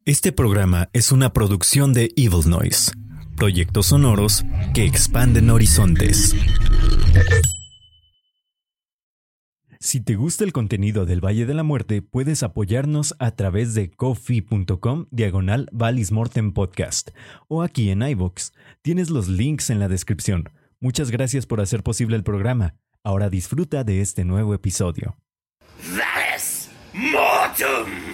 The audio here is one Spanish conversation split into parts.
Este programa es una producción de Evil Noise, proyectos sonoros que expanden horizontes. Si te gusta el contenido del Valle de la Muerte, puedes apoyarnos a través de ko-fi.com/Valismortem Podcast o aquí en iVoox. Tienes los links en la descripción. Muchas gracias por hacer posible el programa. Ahora disfruta de este nuevo episodio. Valismortem.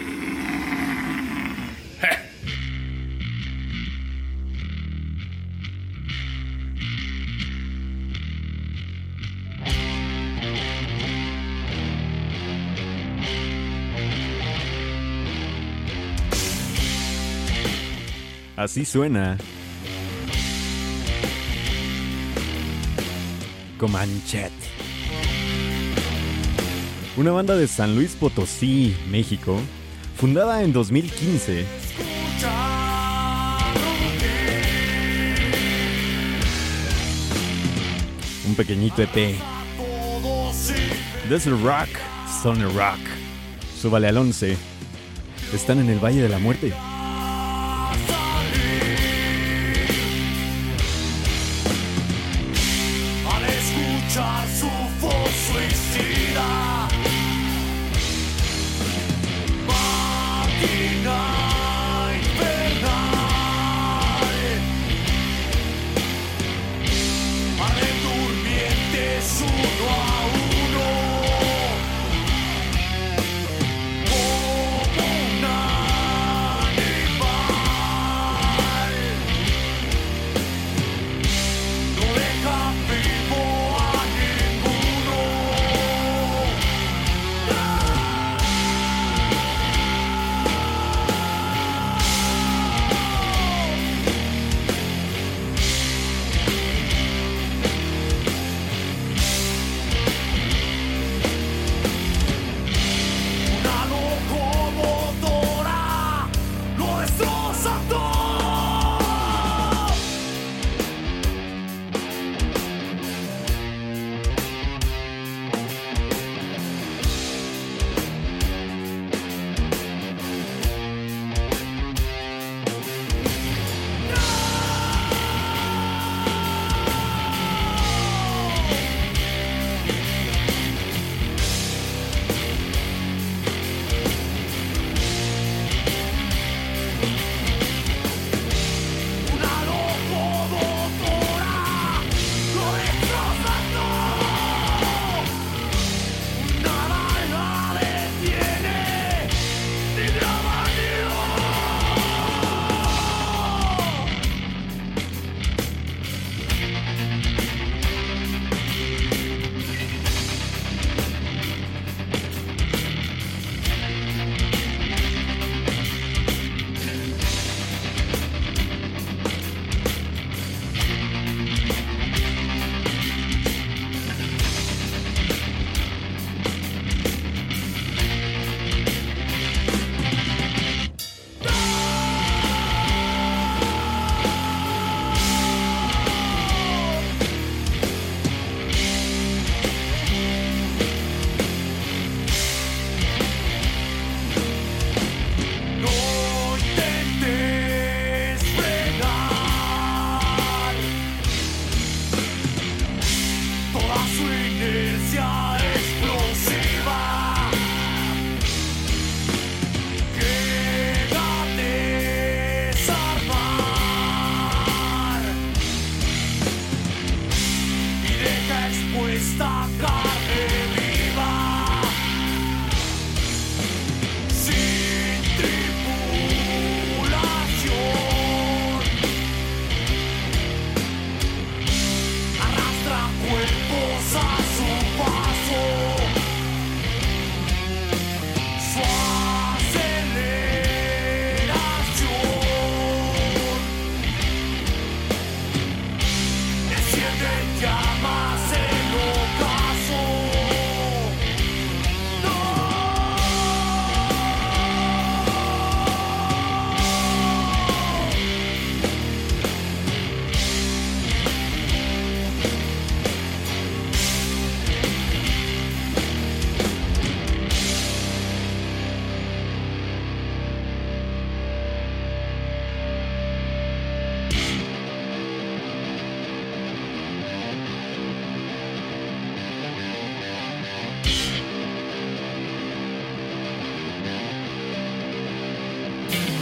Así suena Comanchet, una banda de San Luis Potosí, México, fundada en 2015. Un pequeñito EP. Desert Rock, Stoner Rock. Súbale al 11. Están en el Valle de la Muerte. Su voz suicida, máquina infernal, arden durmientes uno a uno, como un animal, no dejan vivo a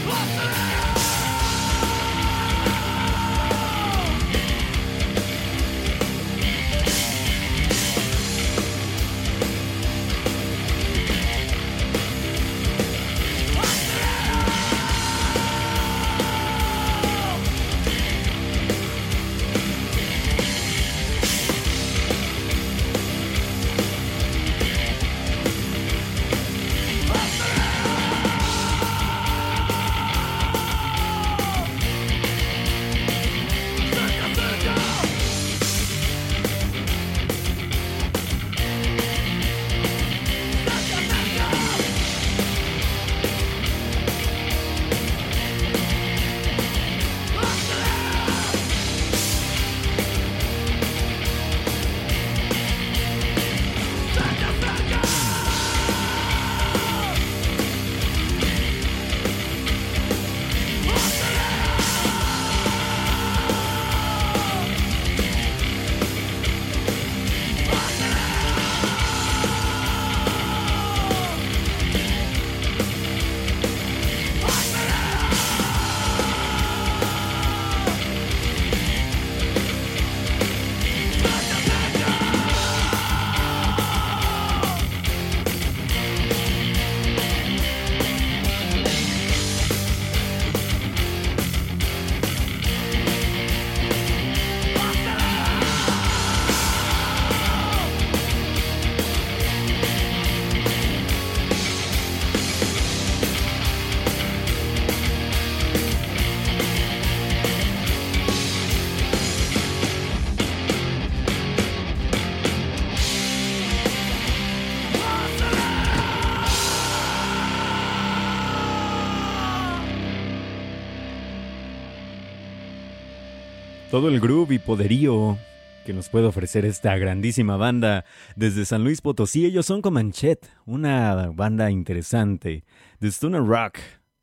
Todo el groove y poderío que nos puede ofrecer esta grandísima banda desde San Luis Potosí. Ellos son Comanche, una banda interesante de stoner rock,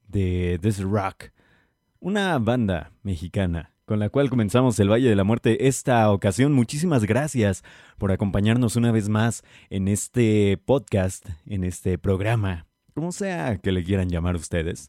de death rock, una banda mexicana con la cual comenzamos el Valle de la Muerte esta ocasión. Muchísimas gracias por acompañarnos una vez más en este podcast, en este programa, como sea que le quieran llamar ustedes.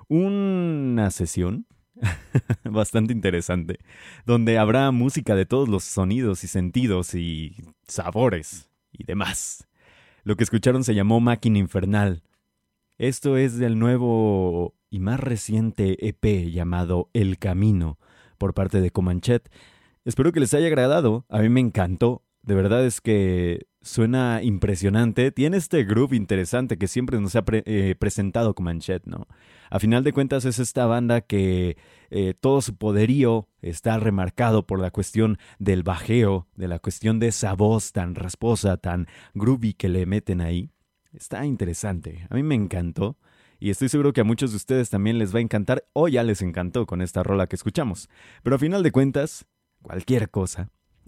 Una sesión bastante interesante, donde habrá música de todos los sonidos y sentidos y sabores y demás. Lo que escucharon se llamó Máquina Infernal. Esto es del nuevo y más reciente EP llamado El Camino, por parte de Comanche. Espero que les haya agradado, a mí me encantó. De verdad es que suena impresionante. Tiene este groove interesante que siempre nos ha presentado Comanche, ¿no? A final de cuentas es esta banda que todo su poderío está remarcado por la cuestión del bajeo, de la cuestión de esa voz tan rasposa, tan groovy que le meten ahí. Está interesante, a mí me encantó. Y estoy seguro que a muchos de ustedes también les va a encantar o ya les encantó con esta rola que escuchamos. Pero a final de cuentas, cualquier cosa.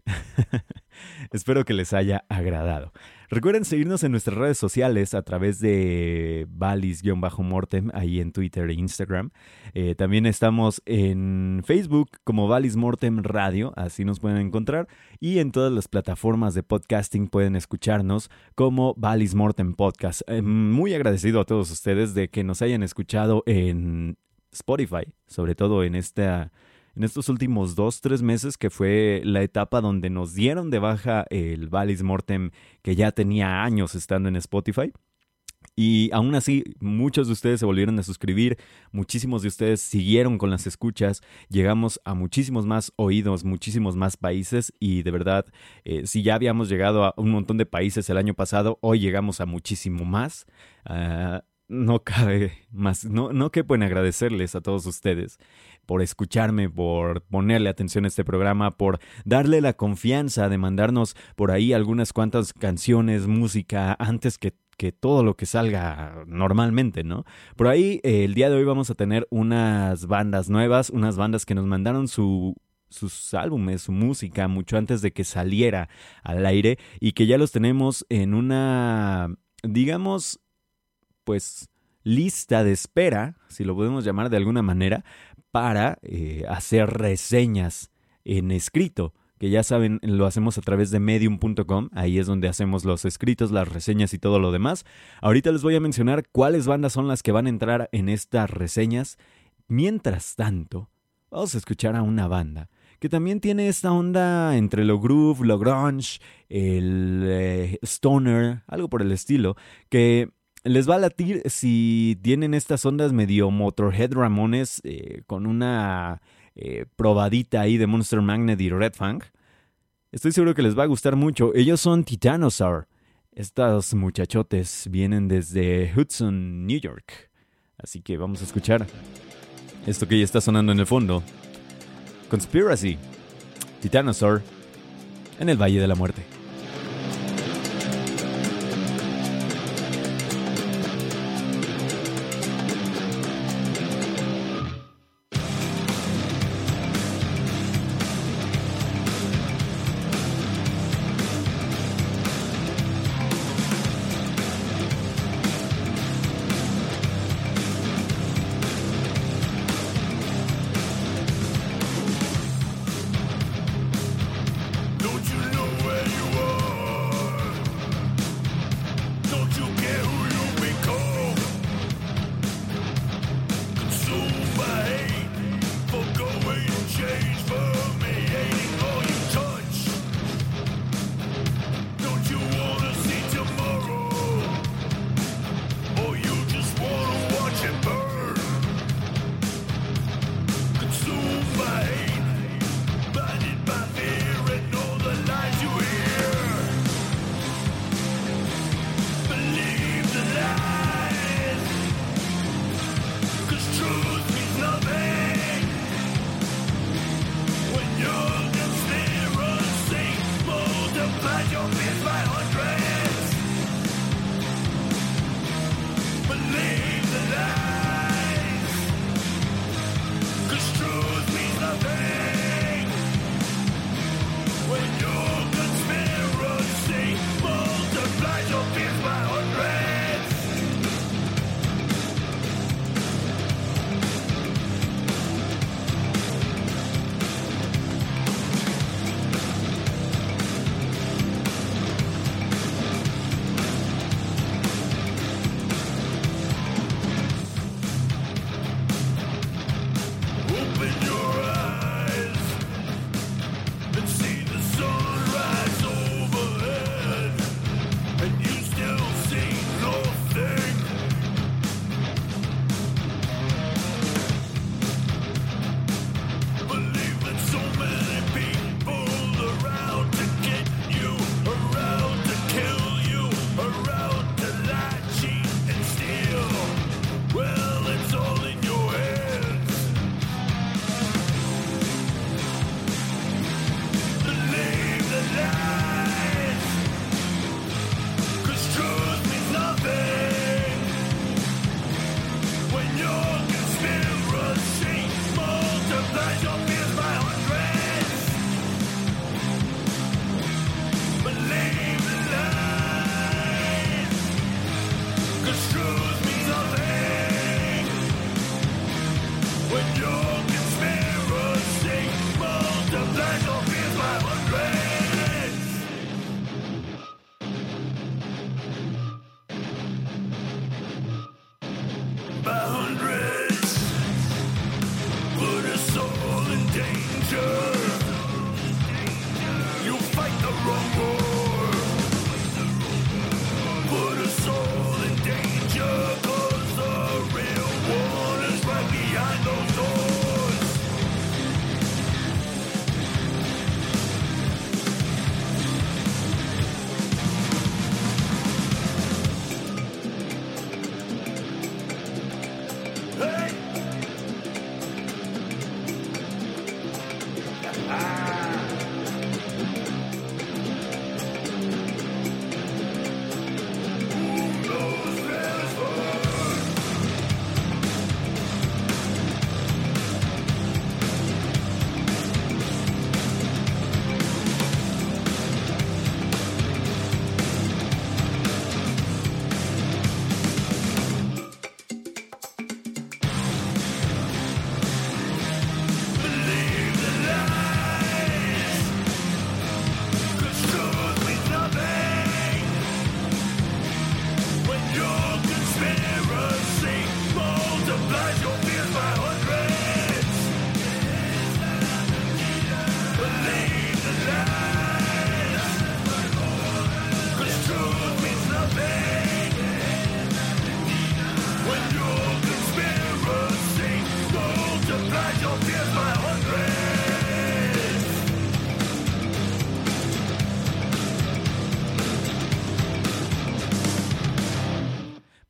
Espero que les haya agradado. Recuerden seguirnos en nuestras redes sociales a través de Valis-Mortem, ahí en Twitter e Instagram. También estamos en Facebook como Valis Mortem Radio, así nos pueden encontrar. Y en todas las plataformas de podcasting pueden escucharnos como Valis Mortem Podcast. Muy agradecido a todos ustedes de que nos hayan escuchado en Spotify, sobre todo en estos últimos 2-3 meses, que fue la etapa donde nos dieron de baja el Valis Mortem, que ya tenía años estando en Spotify. Y aún así, muchos de ustedes se volvieron a suscribir, muchísimos de ustedes siguieron con las escuchas, llegamos a muchísimos más oídos, muchísimos más países, y de verdad, si ya habíamos llegado a un montón de países el año pasado, hoy llegamos a muchísimo más. No cabe más, no quepo en agradecerles a todos ustedes por escucharme, por ponerle atención a este programa, por darle la confianza de mandarnos por ahí algunas cuantas canciones, música, antes que todo lo que salga normalmente, ¿no? Por ahí, el día de hoy vamos a tener unas bandas nuevas, unas bandas que nos mandaron sus álbumes, su música, mucho antes de que saliera al aire, y que ya los tenemos en una, digamos, pues lista de espera, si lo podemos llamar de alguna manera, para hacer reseñas en escrito, que ya saben, lo hacemos a través de medium.com, ahí es donde hacemos los escritos, las reseñas y todo lo demás. Ahorita les voy a mencionar cuáles bandas son las que van a entrar en estas reseñas Mientras tanto, vamos a escuchar a una banda que también tiene esta onda entre lo groove, lo grunge, el stoner, algo por el estilo, que les va a latir si tienen estas ondas medio Motorhead Ramones con una probadita ahí de Monster Magnet y Red Fang. Estoy seguro que les va a gustar mucho. Ellos son Titanosaur. Estos muchachotes vienen desde Hudson, New York. Así que vamos a escuchar esto que ya está sonando en el fondo. Conspiracy, Titanosaur, en el Valle de la Muerte. Don't you know where you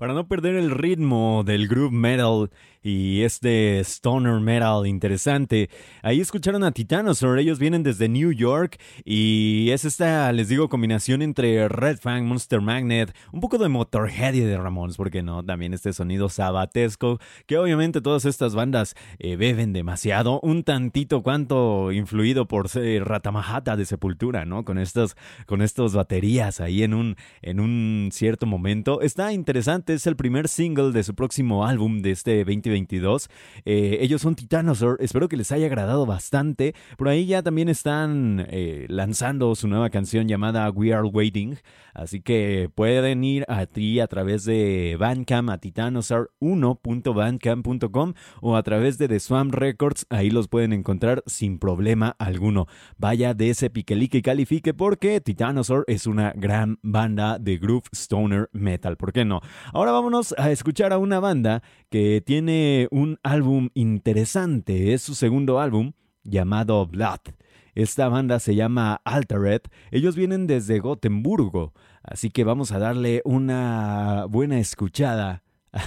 Para no perder el ritmo del groove metal y este stoner metal interesante, ahí escucharon a Titanosaur. Ellos vienen desde New York y es esta, les digo, combinación entre Red Fang, Monster Magnet, un poco de Motorhead y de Ramones, ¿por qué no? También este sonido sabatesco que obviamente todas estas bandas beben demasiado, un tantito cuanto influido por Ratamahata de Sepultura, ¿no? Con estos baterías ahí en un cierto momento. Está interesante, es el primer single de su próximo álbum de este 2022. Ellos son Titanosaur, espero que les haya agradado bastante. Por ahí ya también están lanzando su nueva canción llamada We Are Waiting, así que pueden ir a través de Bandcamp a titanosaur1.bandcamp.com o a través de The Swamp Records, ahí los pueden encontrar sin problema alguno. Vaya de ese piquelique y califique porque Titanosaur es una gran banda de groove stoner metal, ¿por qué no? Ahora vámonos a escuchar a una banda que tiene un álbum interesante, es su segundo álbum llamado Blood. Esta banda se llama Altered, ellos vienen desde Gotemburgo, así que vamos a darle una buena escuchada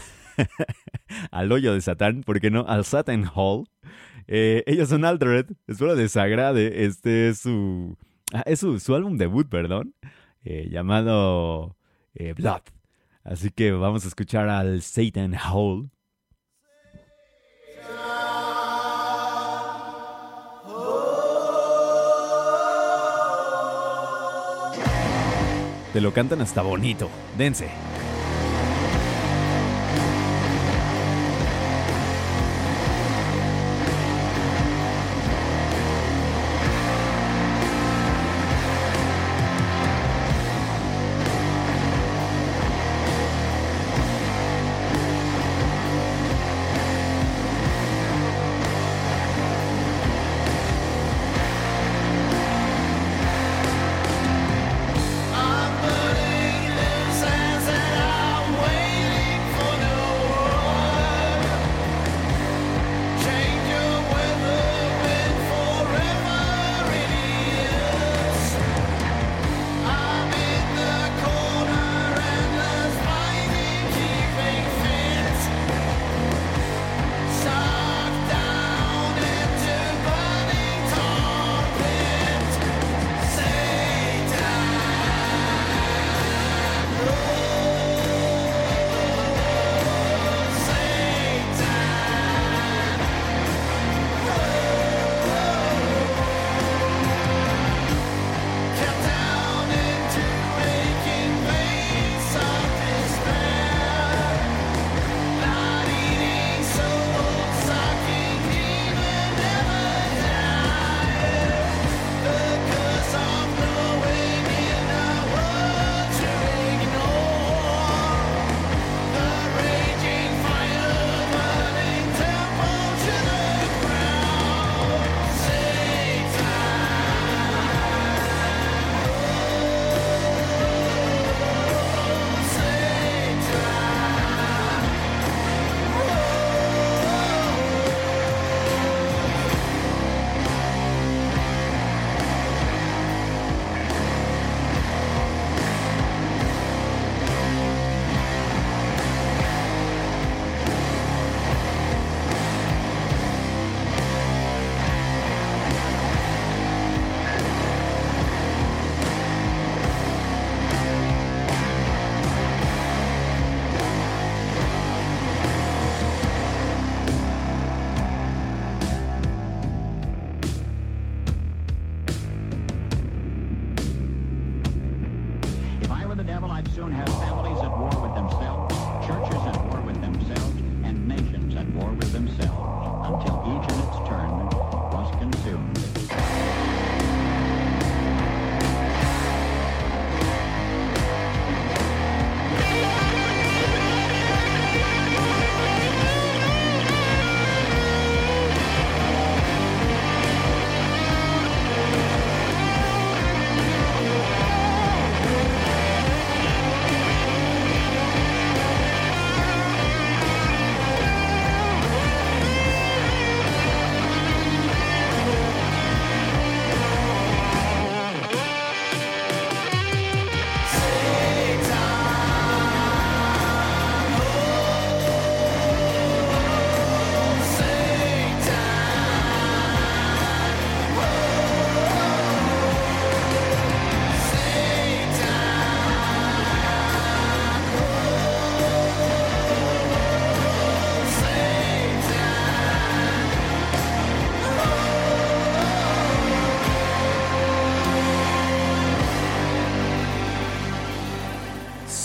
al hoyo de Satán, ¿por qué no? Al Satan Hall. Ellos son Altered, espero les agrade, este es su álbum debut, perdón, llamado Blood. Así que vamos a escuchar al Satan Hall. Te lo cantan hasta bonito. Dense. I'm burning loose as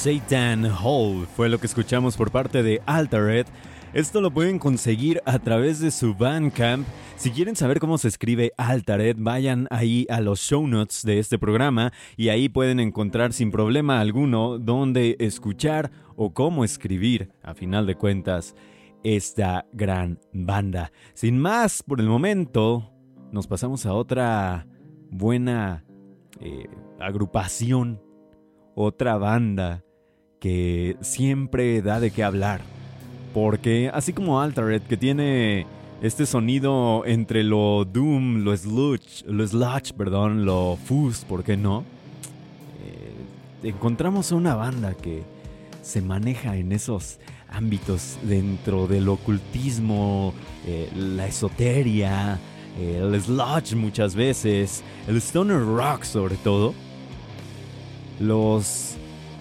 Satan Hall fue lo que escuchamos por parte de Altared. Esto lo pueden conseguir a través de su Bandcamp. Si quieren saber cómo se escribe Altared, vayan ahí a los show notes de este programa y ahí pueden encontrar sin problema alguno dónde escuchar o cómo escribir, a final de cuentas, esta gran banda. Sin más, por el momento, nos pasamos a otra buena agrupación, otra banda que siempre da de qué hablar. Porque así como Altared, que tiene este sonido entre lo doom, lo sludge, lo fuzz, ¿por qué no? Encontramos una banda que se maneja en esos ámbitos dentro del ocultismo, la esoteria, el sludge muchas veces, el stoner rock sobre todo. Los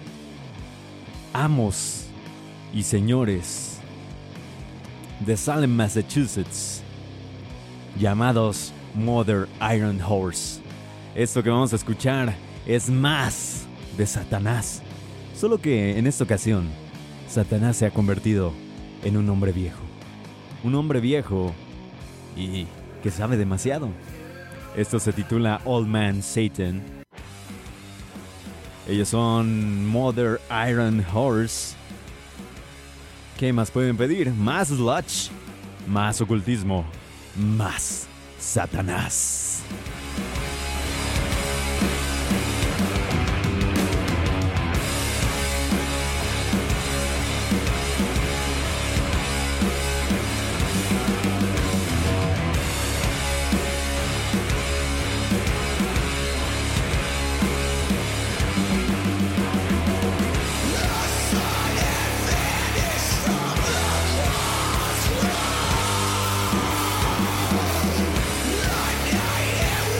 amos y señores de Salem, Massachusetts, llamados Mother Iron Horse. Esto que vamos a escuchar es más de Satanás, solo que en esta ocasión Satanás se ha convertido en un hombre viejo y que sabe demasiado. Esto se titula Old Man Satan. Ellos son Mother Iron Horse. ¿Qué más pueden pedir? Más sludge, más ocultismo, más Satanás. Yeah.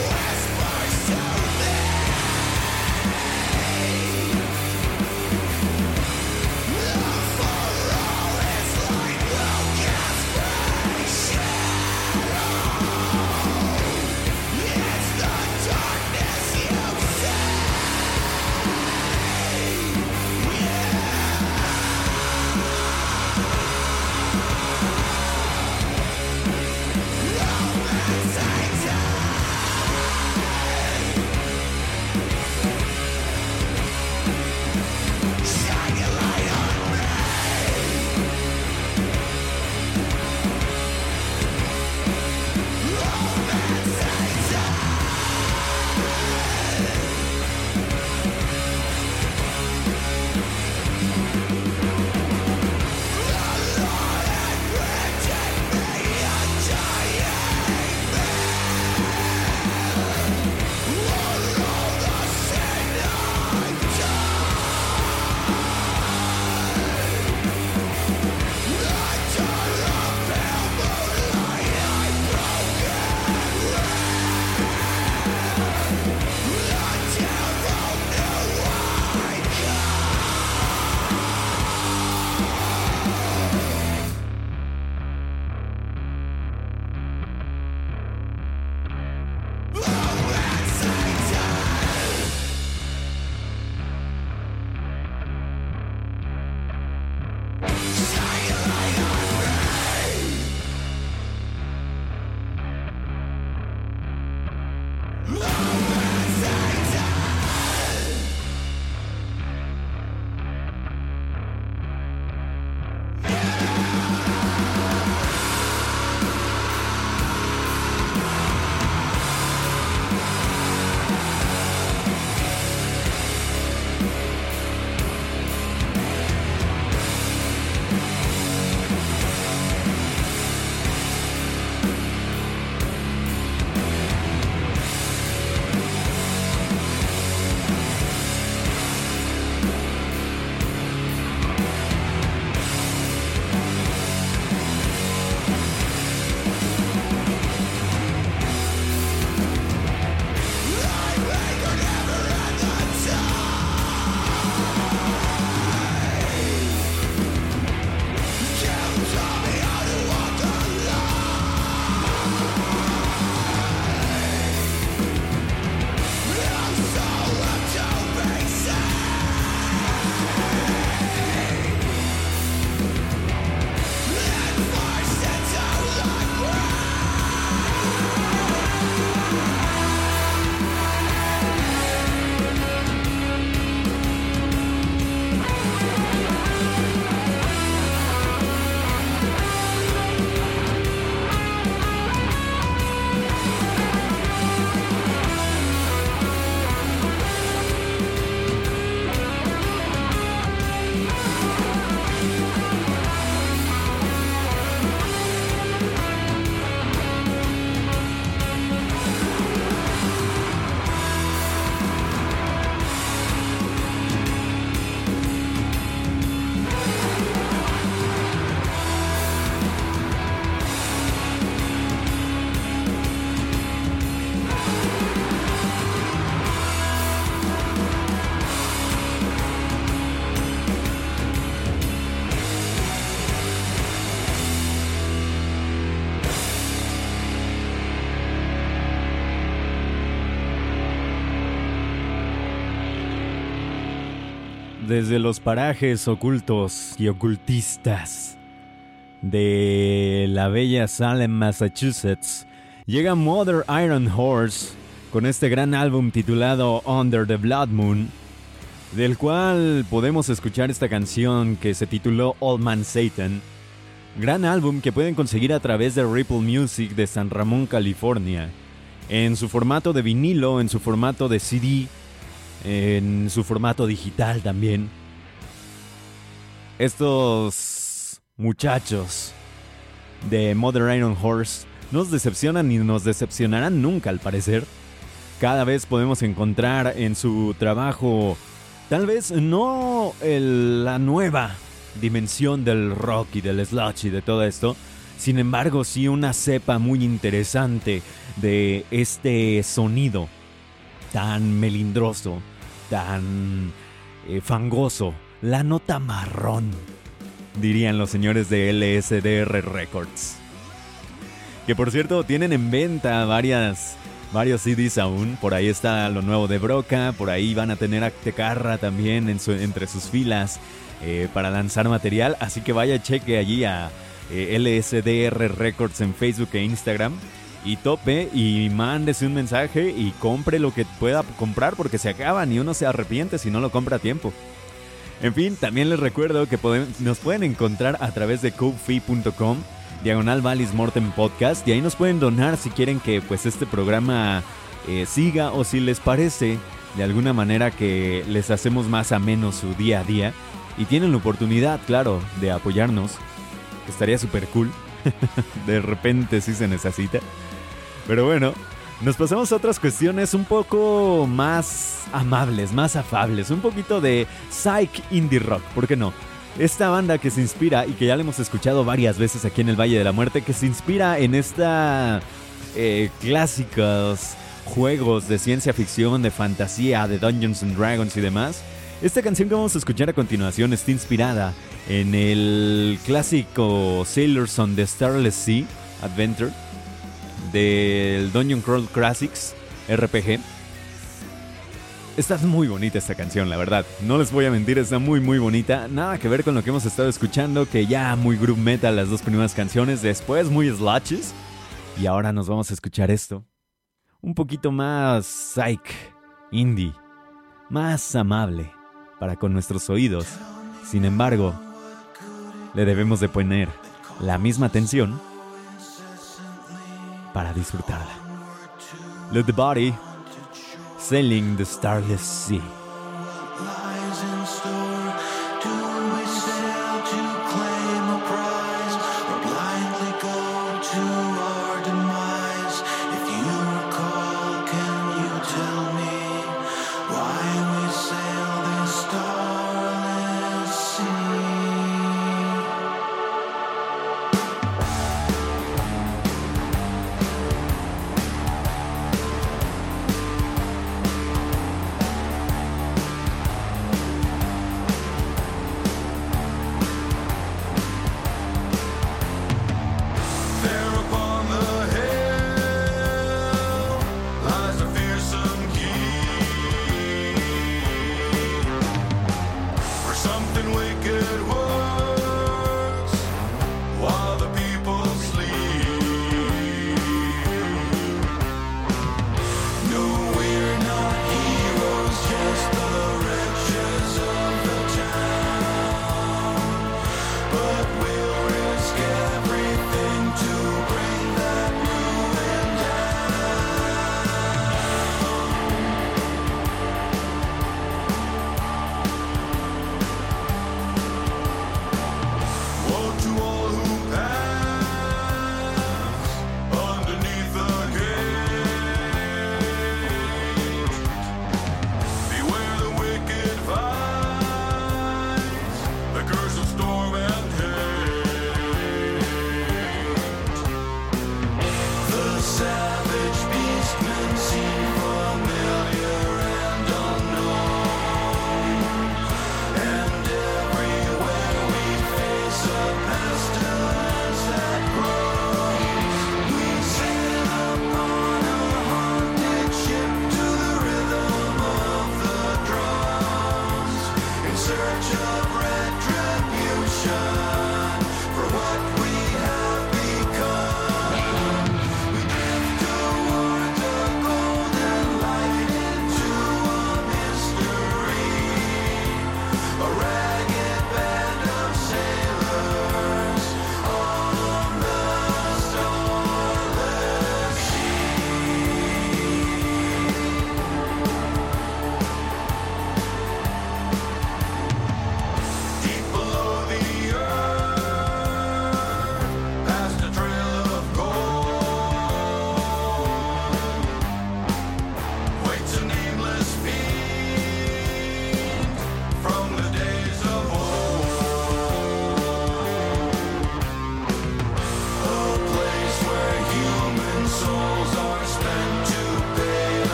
desde los parajes ocultos y ocultistas de la bella Salem, Massachusetts, llega Mother Iron Horse con este gran álbum titulado Under the Blood Moon, del cual podemos escuchar esta canción que se tituló Old Man Satan. Gran álbum que pueden conseguir a través de Ripple Music de San Ramón, California, en su formato de vinilo, en su formato de CD, en su formato digital también. Estos muchachos de Mother Iron Horse nos decepcionan y nos decepcionarán nunca, al parecer. Cada vez podemos encontrar en su trabajo, tal vez no la nueva dimensión del rock y del sludge y de todo esto, sin embargo sí una cepa muy interesante de este sonido tan melindroso, tan fangoso, la nota marrón, dirían los señores de LSDR Records, que por cierto tienen en venta varios CDs aún. Por ahí está lo nuevo de Broca, por ahí van a tener a Tecarra también entre sus filas para lanzar material, así que vaya, cheque allí a LSDR Records en Facebook e Instagram y tope y mándese un mensaje y compre lo que pueda comprar, porque se acaban y uno se arrepiente si no lo compra a tiempo. En fin, también les recuerdo que nos pueden encontrar a través de ko-fi.com/Valis Mortem Podcast, y ahí nos pueden donar si quieren que pues este programa siga, o si les parece de alguna manera que les hacemos más ameno su día a día y tienen la oportunidad, claro, de apoyarnos. Estaría súper cool. De repente sí se necesita. Pero bueno, nos pasamos a otras cuestiones un poco más amables, más afables. Un poquito de psych indie rock, ¿por qué no? Esta banda que se inspira, y que ya la hemos escuchado varias veces aquí en el Valle de la Muerte, que se inspira en esta clásicos juegos de ciencia ficción, de fantasía, de Dungeons and Dragons y demás. Esta canción que vamos a escuchar a continuación está inspirada en el clásico Sailors on the Starless Sea Adventure del Dungeon Crawl Classics RPG. Está muy bonita esta canción, la verdad. No les voy a mentir, está muy muy bonita. Nada que ver con lo que hemos estado escuchando, que ya muy groove metal las dos primeras canciones, después muy sludges. Y ahora nos vamos a escuchar esto. Un poquito más psych, indie, más amable para con nuestros oídos. Sin embargo, le debemos de poner la misma atención para disfrutarla. Let the Body, Sailing the Starless Sea.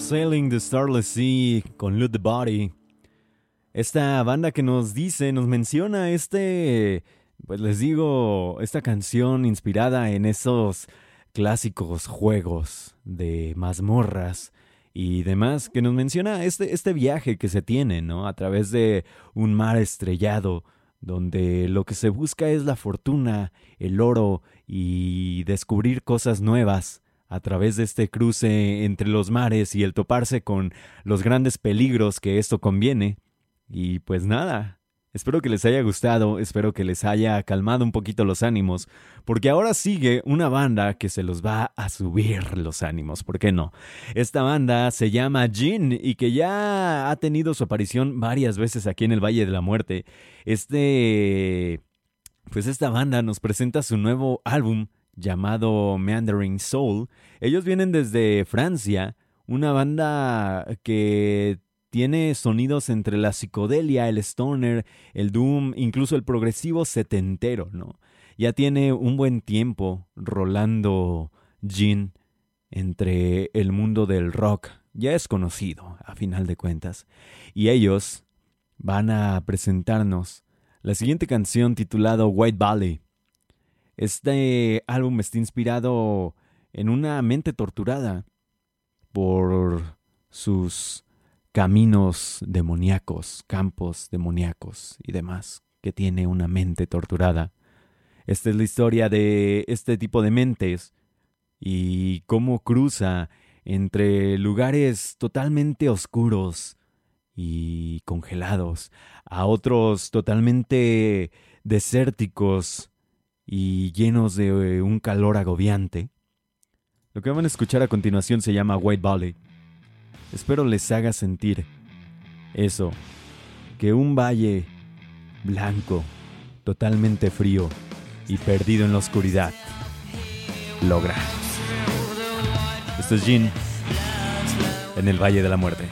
Sailing the Starless Sea con Loot the Body. Esta banda que nos menciona pues les digo, esta canción inspirada en esos clásicos juegos de mazmorras y demás, que nos menciona este viaje que se tiene, ¿no? A través de un mar estrellado, donde lo que se busca es la fortuna, el oro y descubrir cosas nuevas a través de este cruce entre los mares y el toparse con los grandes peligros que esto conviene. Y pues nada, espero que les haya gustado, espero que les haya calmado un poquito los ánimos, porque ahora sigue una banda que se los va a subir los ánimos, ¿por qué no? Esta banda se llama Jinn y que ya ha tenido su aparición varias veces aquí en el Valle de la Muerte. Pues esta banda nos presenta su nuevo álbum llamado Meandering Soul. Ellos vienen desde Francia, una banda que tiene sonidos entre la psicodelia, el stoner, el doom, incluso el progresivo setentero, ¿no? Ya tiene un buen tiempo rolando Jinn entre el mundo del rock. Ya es conocido, a final de cuentas. Y ellos van a presentarnos la siguiente canción titulado White Valley. Este álbum está inspirado en una mente torturada por sus caminos demoníacos, campos demoníacos y demás, que tiene una mente torturada. Esta es la historia de este tipo de mentes y cómo cruza entre lugares totalmente oscuros y congelados a otros totalmente desérticos y llenos de un calor agobiante. Lo que van a escuchar a continuación se llama White Valley. Espero les haga sentir eso, que un valle blanco, totalmente frío y perdido en la oscuridad, logra. Esto es Jinn en el Valle de la Muerte.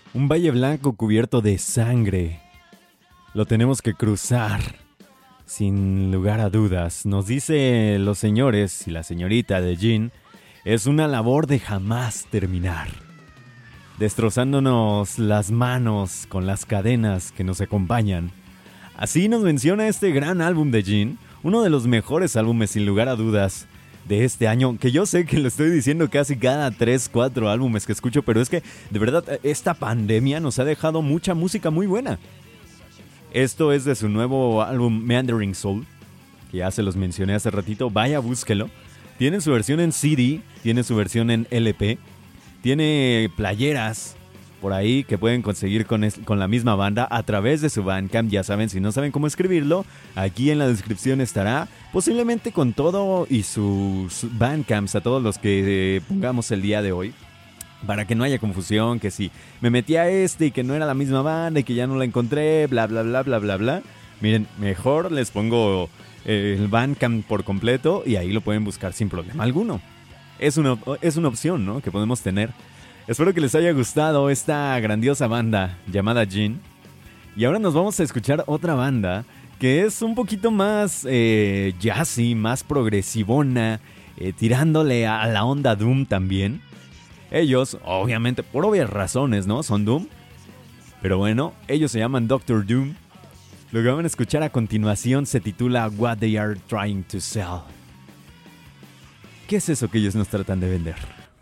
Un valle blanco cubierto de sangre. Lo tenemos que cruzar, sin lugar a dudas. Nos dice los señores y la señorita de Jean, es una labor de jamás terminar. Destrozándonos las manos con las cadenas que nos acompañan. Así nos menciona este gran álbum de Jean, uno de los mejores álbumes sin lugar a dudas de este año, que yo sé que lo estoy diciendo casi cada 3-4 álbumes que escucho, pero es que de verdad esta pandemia nos ha dejado mucha música muy buena. Esto es de su nuevo álbum Meandering Soul, que ya se los mencioné hace ratito, vaya búsquelo. Tiene su versión en CD, tiene su versión en LP, tiene playeras por ahí que pueden conseguir con la misma banda a través de su Bandcamp. Ya saben, si no saben cómo escribirlo, aquí en la descripción estará, posiblemente con todo y sus Bandcamps a todos los que pongamos el día de hoy, para que no haya confusión, que si me metí a y que no era la misma banda y que ya no la encontré, bla bla bla bla bla bla. Miren, mejor les pongo el Bandcamp por completo y ahí lo pueden buscar sin problema alguno. Es una opción, ¿no?, que podemos tener. Espero que les haya gustado esta grandiosa banda llamada Jean. Y ahora nos vamos a escuchar otra banda que es un poquito más jazzy, más progresivona, tirándole a la onda Doom también. Ellos, obviamente, por obvias razones, ¿no?, son Doom. Pero bueno, ellos se llaman Doctor Doom. Lo que van a escuchar a continuación se titula What They Are Trying to Sell. ¿Qué es eso que ellos nos tratan de vender?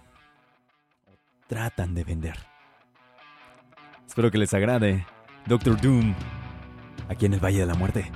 Tratan de vender. Espero que les agrade Doctor Doom, aquí en el Valle de la Muerte.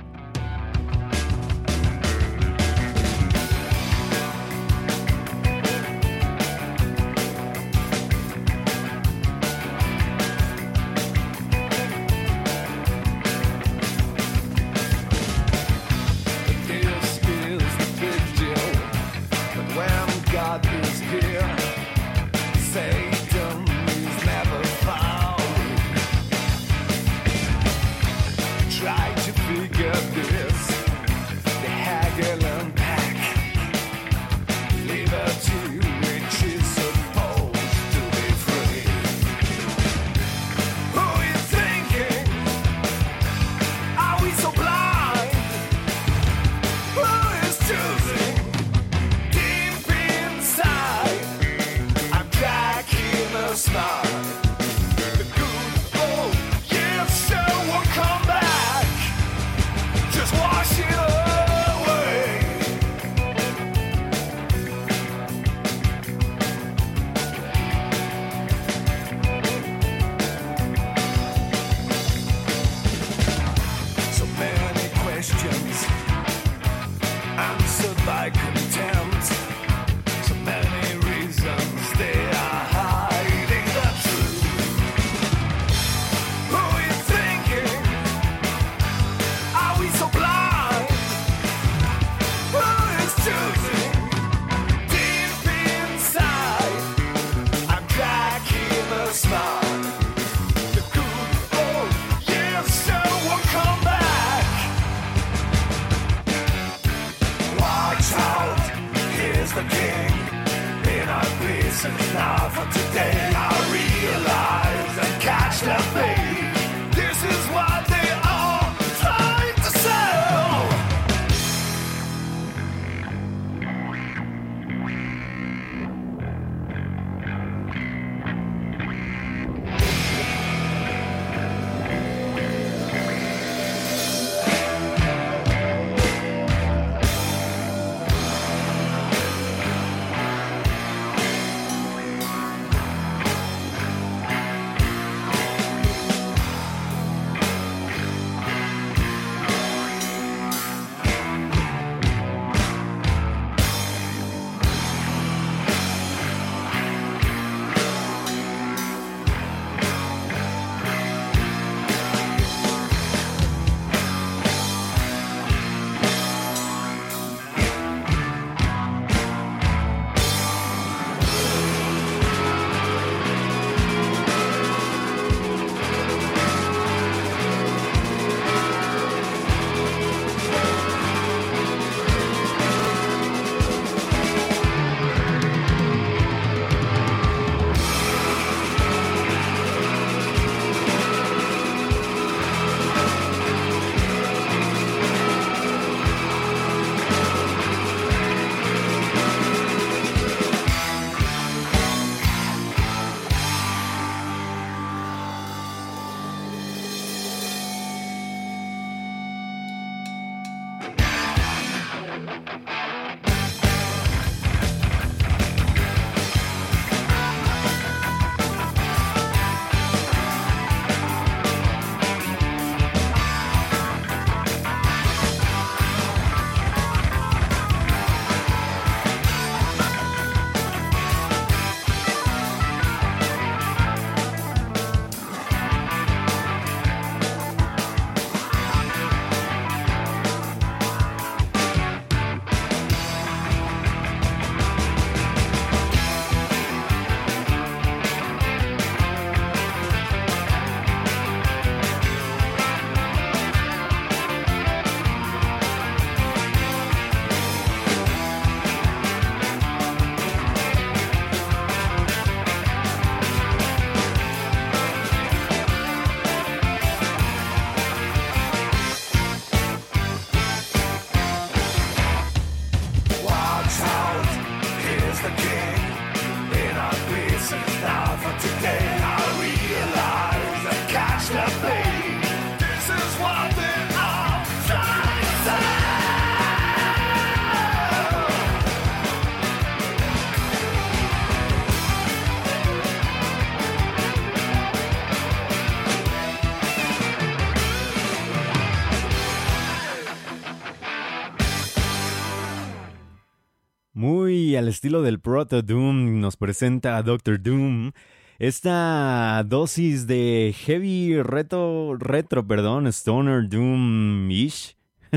Muy al estilo del Proto Doom nos presenta a Doctor Doom. Esta dosis de heavy retro, Stoner Doom-ish.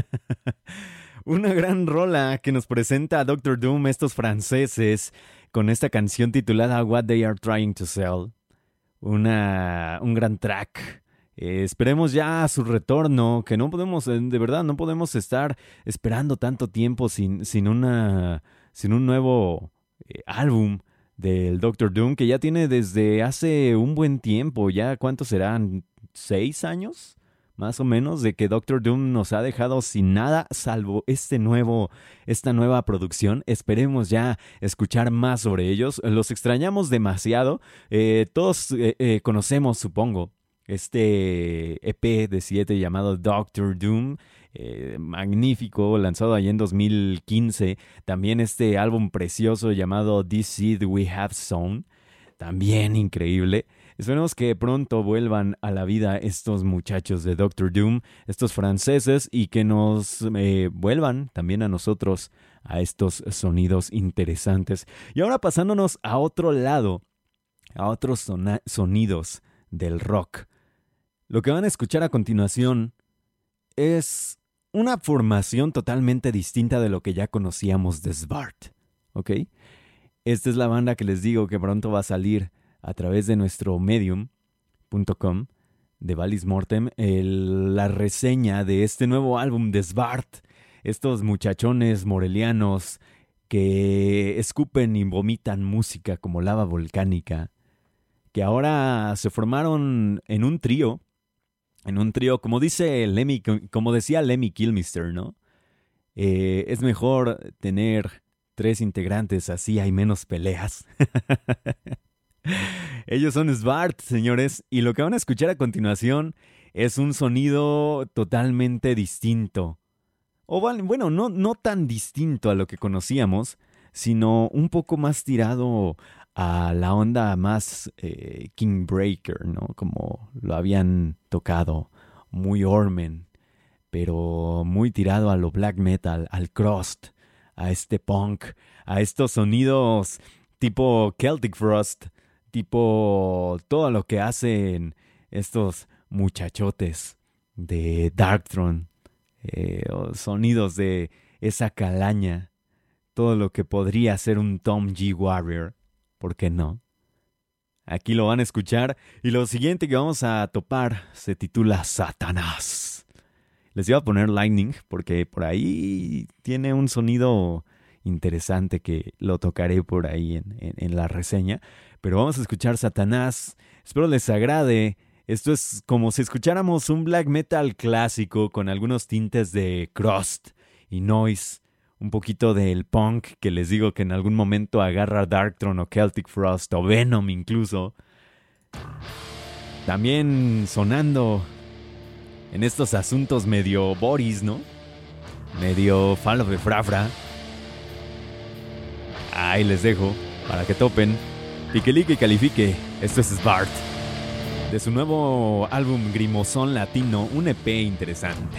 Una gran rola que nos presenta a Doctor Doom, estos franceses, con esta canción titulada What They Are Trying to Sell. Un gran track. Esperemos ya su retorno, que no podemos, de verdad, no podemos estar esperando tanto tiempo sin un nuevo álbum del Doctor Doom, que ya tiene desde hace un buen tiempo. Ya, ¿cuántos serán? ¿6 años? Más o menos, de que Doctor Doom nos ha dejado sin nada, salvo esta nueva producción. Esperemos ya escuchar más sobre ellos. Los extrañamos demasiado. Todos conocemos, supongo, este EP de 7 llamado Doctor Doom. Magnífico, lanzado allá en 2015. También este álbum precioso llamado This Seed We Have Sown. También increíble. Esperemos que pronto vuelvan a la vida estos muchachos de Doctor Doom, estos franceses, y que nos vuelvan también a nosotros a estos sonidos interesantes. Y ahora pasándonos a otro lado, a otros sonidos del rock. Lo que van a escuchar a continuación es una formación totalmente distinta de lo que ya conocíamos de Svart, ¿ok? Esta es la banda que les digo que pronto va a salir a través de nuestro medium.com de Valis Mortem, la reseña de este nuevo álbum de Svart. Estos muchachones morelianos que escupen y vomitan música como lava volcánica, que ahora se formaron en un trío, como decía Lemmy Kilmister, ¿no? Es mejor tener 3 integrantes, así hay menos peleas. Ellos son Svart, señores, y lo que van a escuchar a continuación es un sonido totalmente distinto. O bueno, no tan distinto a lo que conocíamos, sino un poco más tirado a la onda más King Breaker, ¿no? Como lo habían tocado, muy Ormen, pero muy tirado a lo black metal, al crust, a este punk, a estos sonidos tipo Celtic Frost, tipo todo lo que hacen estos muchachotes de Darkthrone, sonidos de esa calaña, todo lo que podría ser un Tom G. Warrior, ¿por qué no? Aquí lo van a escuchar, y lo siguiente que vamos a topar se titula Satanás. Les iba a poner Lightning porque por ahí tiene un sonido interesante que lo tocaré por ahí en la reseña. Pero vamos a escuchar Satanás. Espero les agrade. Esto es como si escucháramos un black metal clásico con algunos tintes de crust y noise. Un poquito del punk que les digo que en algún momento agarra Darkthrone o Celtic Frost o Venom incluso. También sonando en estos asuntos medio Boris, ¿no? Medio Fall de Frafra. Ahí les dejo para que topen. Piquelique y califique. Esto es Svart. De su nuevo álbum Grimozón Latino, un EP interesante.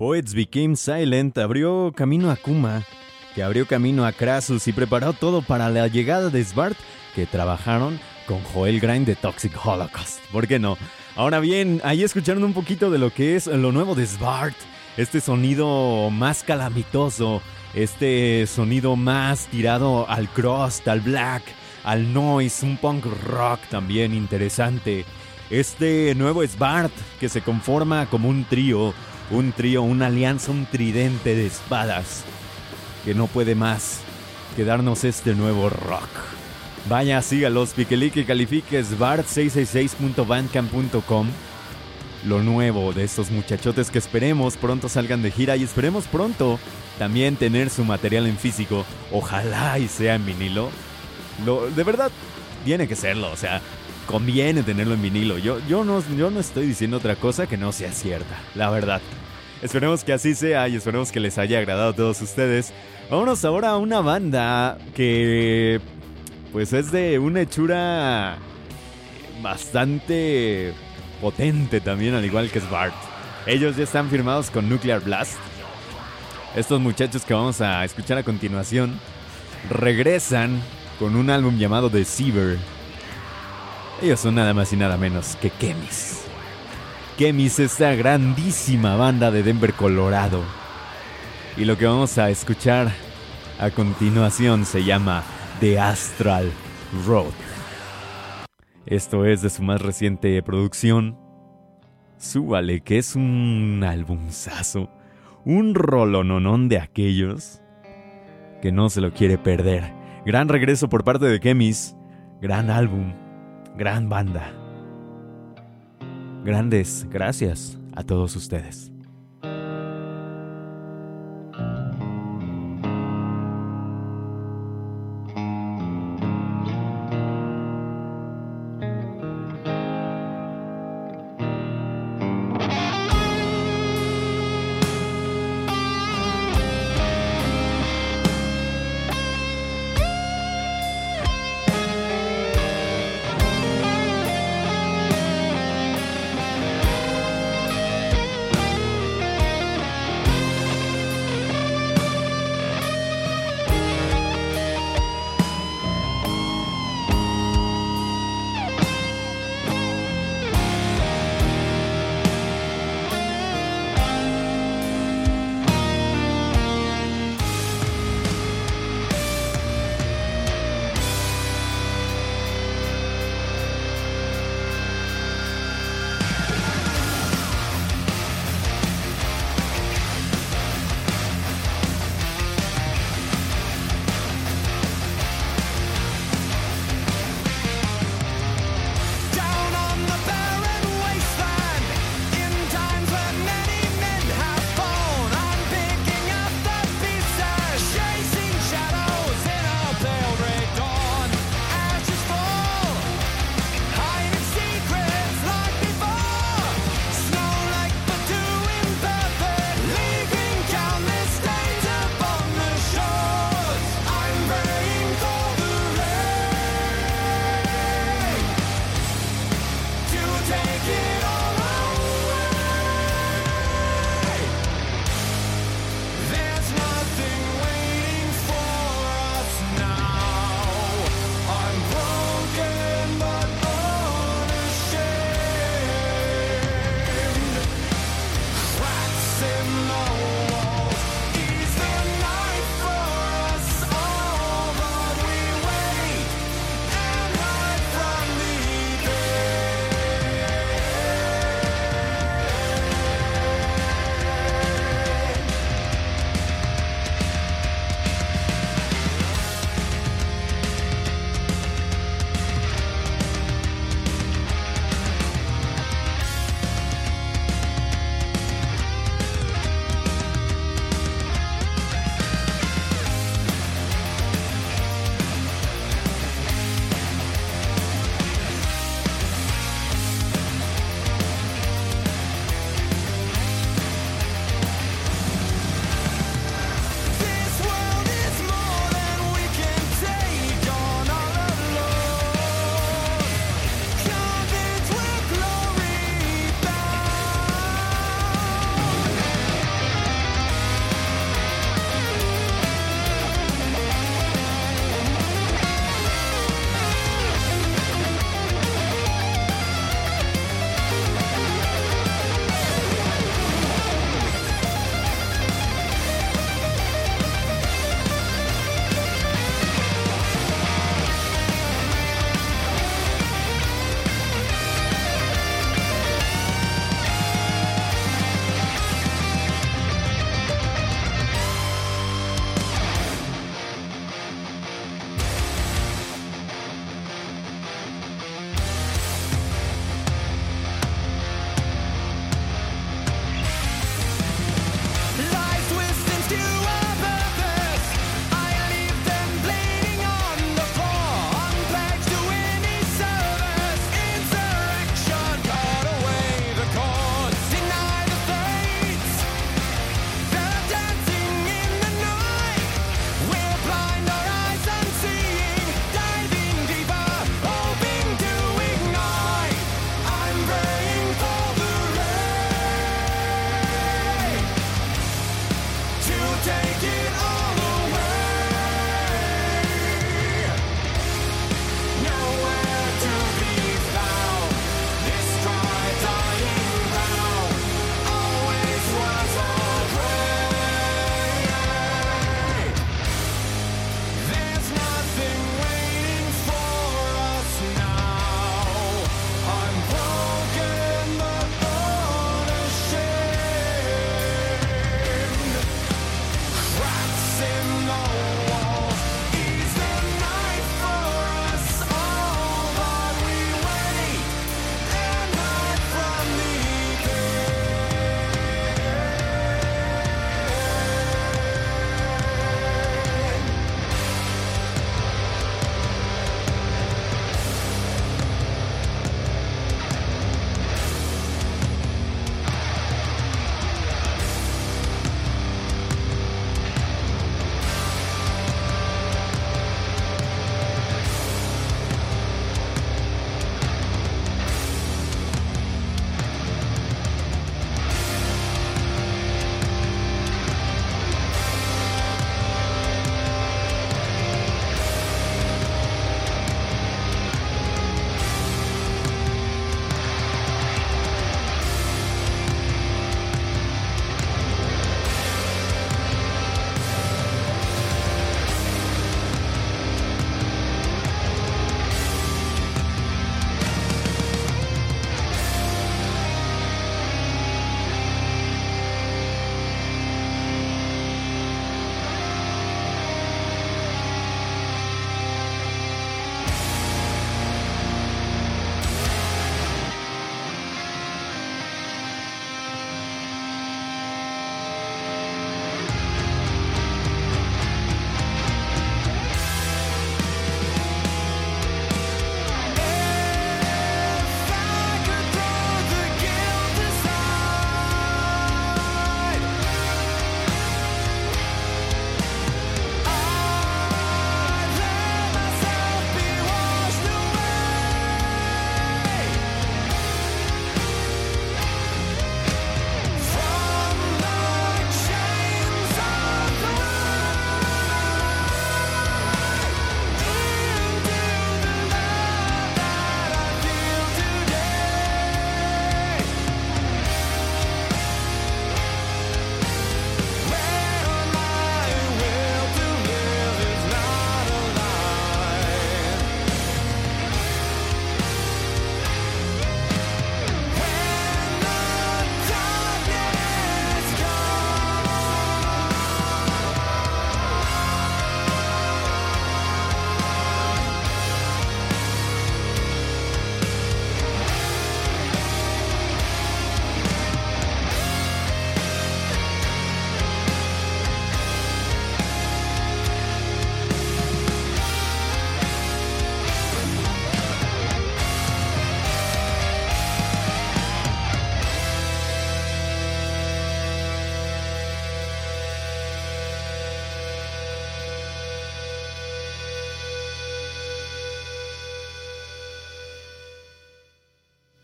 Poets Became Silent abrió camino a Kuma, que abrió camino a Krasus y preparó todo para la llegada de Svart, que trabajaron con Joel Grind de Toxic Holocaust. ¿Por qué no? Ahora bien, ahí escucharon un poquito de lo que es lo nuevo de Svart. Este sonido más calamitoso, este sonido más tirado al crust, al black, al noise, un punk rock también interesante. Este nuevo Svart que se conforma como un trío, una alianza, un tridente de espadas que no puede más que darnos este nuevo rock. Vaya, sígalos, Piquelique y califique svart666.bandcamp.com. Lo nuevo de estos muchachotes que esperemos pronto salgan de gira y esperemos pronto también tener su material en físico. Ojalá y sea en vinilo. De verdad, tiene que serlo, o sea, conviene tenerlo en vinilo. Yo no estoy diciendo otra cosa que no sea cierta, la verdad. Esperemos que así sea y esperemos que les haya agradado a todos ustedes. Vámonos ahora a una banda que pues es de una hechura bastante potente también, al igual que Svart. Ellos ya están firmados con Nuclear Blast. Estos muchachos que vamos a escuchar a continuación regresan con un álbum llamado Deceiver. Ellos son nada más y nada menos que Kemis. Kemis, esta grandísima banda de Denver, Colorado. Y lo que vamos a escuchar a continuación se llama The Astral Road. Esto es de su más reciente producción. Súbale, que es un albumzazo. Un rolononón de aquellos que no se lo quiere perder. Gran regreso por parte de Kemis. Gran álbum. Gran banda. Grandes gracias a todos ustedes.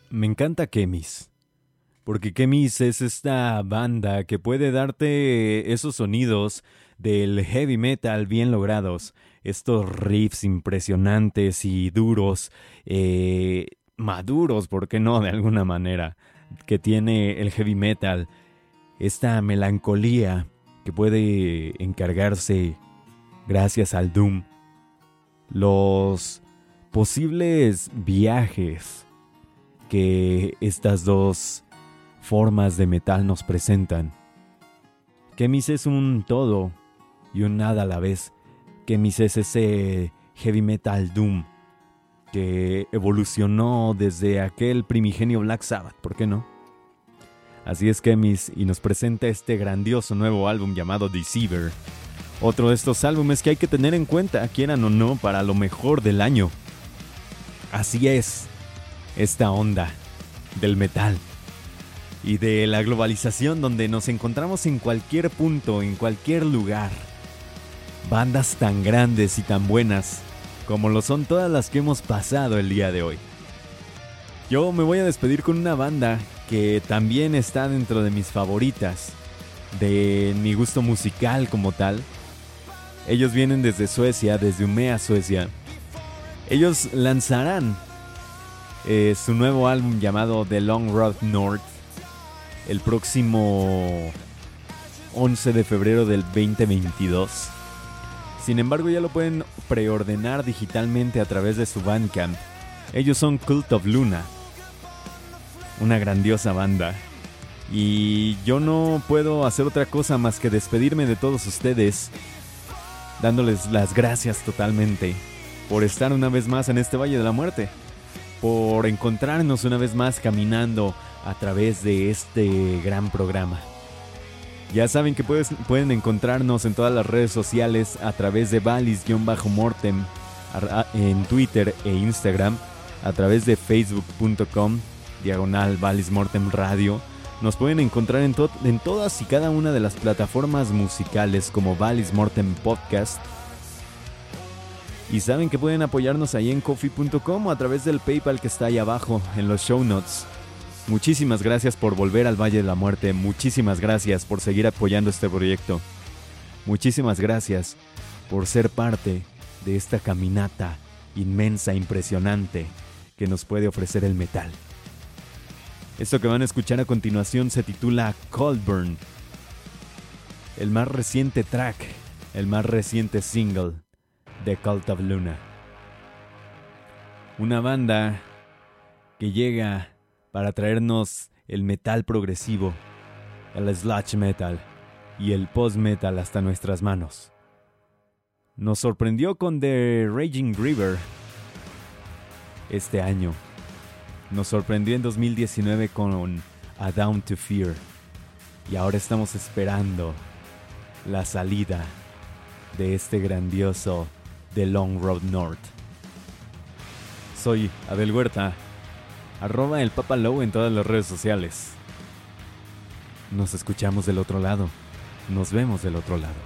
Me encanta Kemis, porque Kemis es esta banda que puede darte esos sonidos del heavy metal bien logrados, estos riffs impresionantes y duros, maduros, ¿por qué no? De alguna manera, que tiene el heavy metal, esta melancolía que puede encargarse gracias al doom, los posibles viajes que estas dos formas de metal nos presentan. Kemis es un todo y un nada a la vez. Kemis es ese heavy metal doom que evolucionó desde aquel primigenio Black Sabbath, ¿por qué no? Así es Kemis, y nos presenta este grandioso nuevo álbum llamado Deceiver. Otro de estos álbumes que hay que tener en cuenta, quieran o no, para lo mejor del año. Así es esta onda del metal y de la globalización, donde nos encontramos en cualquier punto, en cualquier lugar. Bandas tan grandes y tan buenas como lo son todas las que hemos pasado el día de hoy. Yo me voy a despedir con una banda que también está dentro de mis favoritas, de mi gusto musical como tal. Ellos vienen desde Suecia, desde Umeå, Suecia. Ellos lanzarán su nuevo álbum llamado The Long Road North el próximo 11 de febrero del 2022. Sin embargo, ya lo pueden preordenar digitalmente a través de su Bandcamp. Ellos son Cult of Luna, una grandiosa banda. Y yo no puedo hacer otra cosa más que despedirme de todos ustedes, dándoles las gracias totalmente por estar una vez más en este Valle de la Muerte, por encontrarnos una vez más caminando a través de este gran programa. Ya saben que pueden encontrarnos en todas las redes sociales a través de Valis-Mortem en Twitter e Instagram, a través de facebook.com/Valis-Mortem Radio. Nos pueden encontrar en todas y cada una de las plataformas musicales como Valis-Mortem Podcast. Y saben que pueden apoyarnos ahí en Ko-fi.com o a través del PayPal que está ahí abajo en los show notes. Muchísimas gracias por volver al Valle de la Muerte. Muchísimas gracias por seguir apoyando este proyecto. Muchísimas gracias por ser parte de esta caminata inmensa, impresionante que nos puede ofrecer el metal. Esto que van a escuchar a continuación se titula Cold Burn, el más reciente track, el más reciente single de Cult of Luna. Una banda que llega para traernos el metal progresivo, el sludge metal y el post-metal hasta nuestras manos. Nos sorprendió con The Raging River este año. Nos sorprendió en 2019 con A Down to Fear. Y ahora estamos esperando la salida de este grandioso The Long Road North. Soy Abel Huerta, @el Papa Low en todas las redes sociales. Nos escuchamos del otro lado. Nos vemos del otro lado.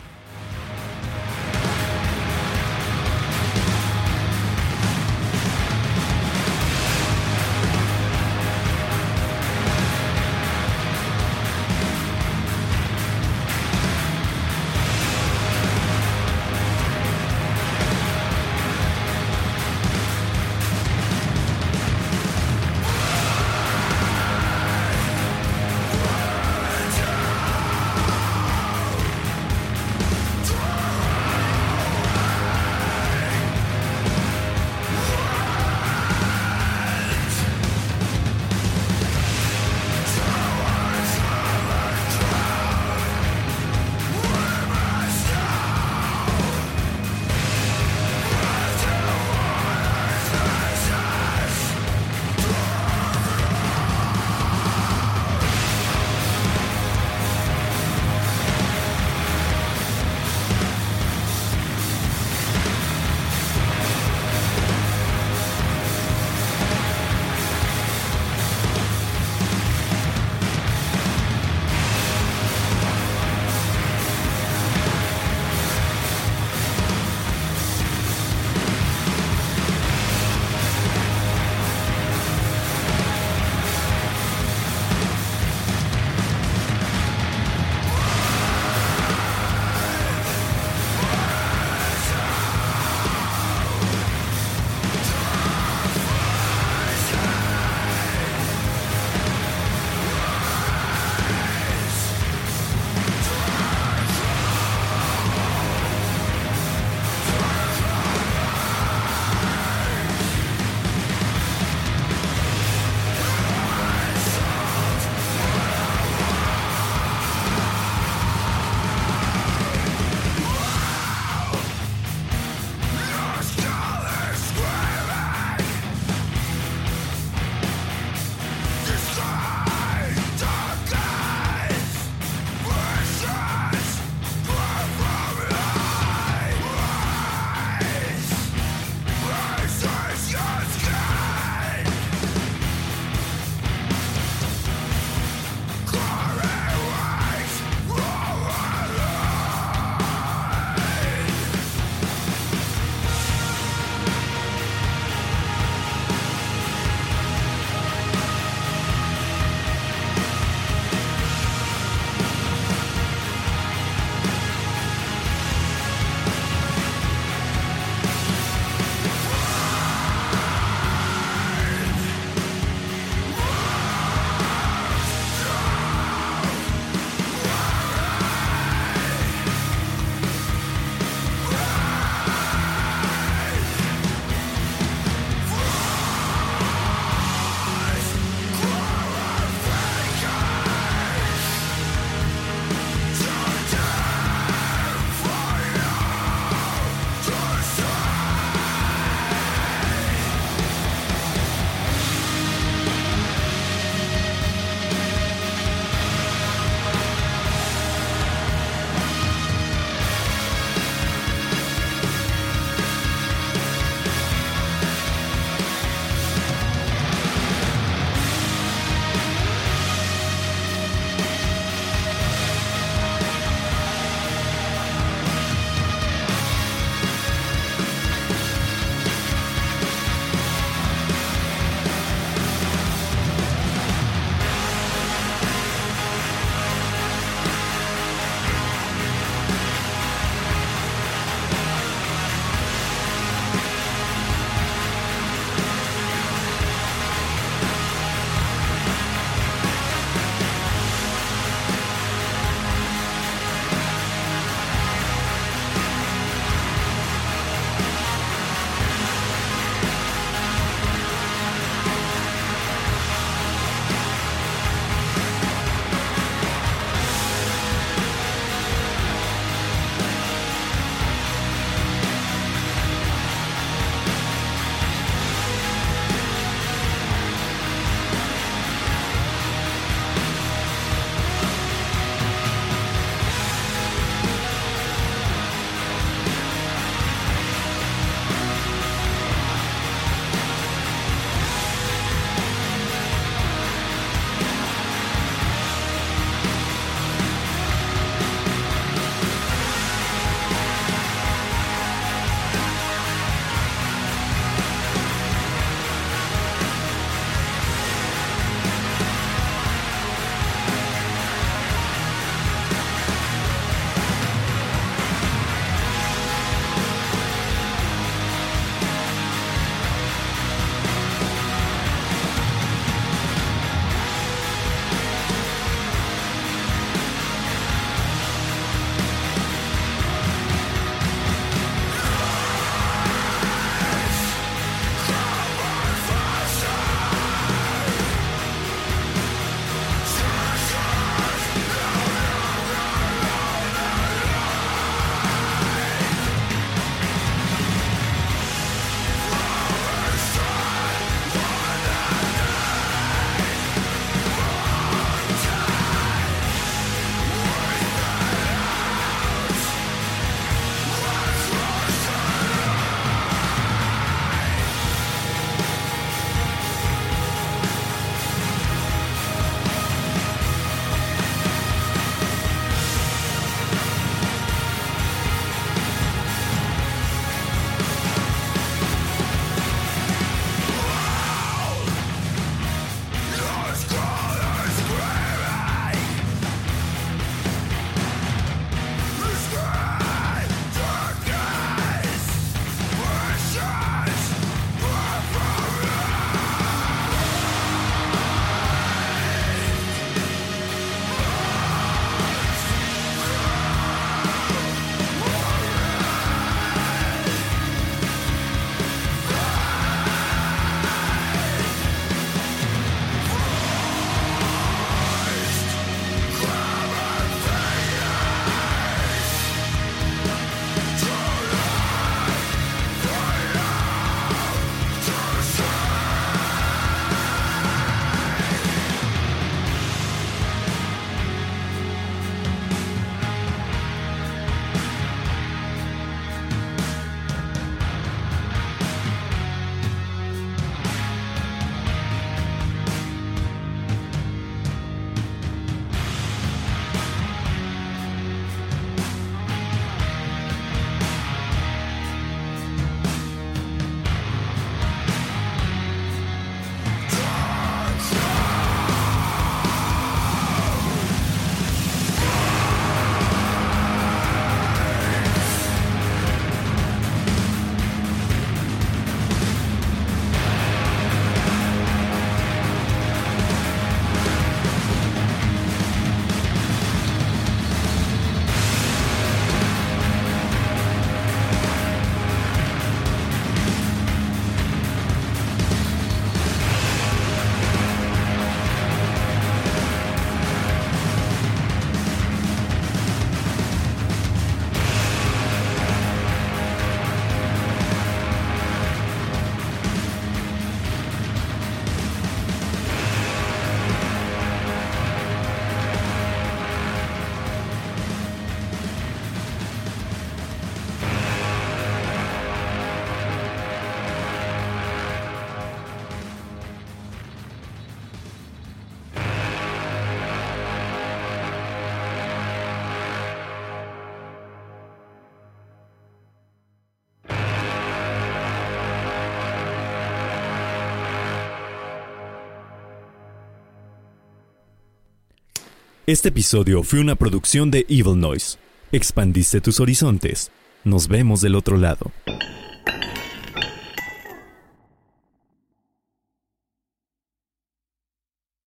Este episodio fue una producción de Evil Noise. Expandiste tus horizontes. Nos vemos del otro lado.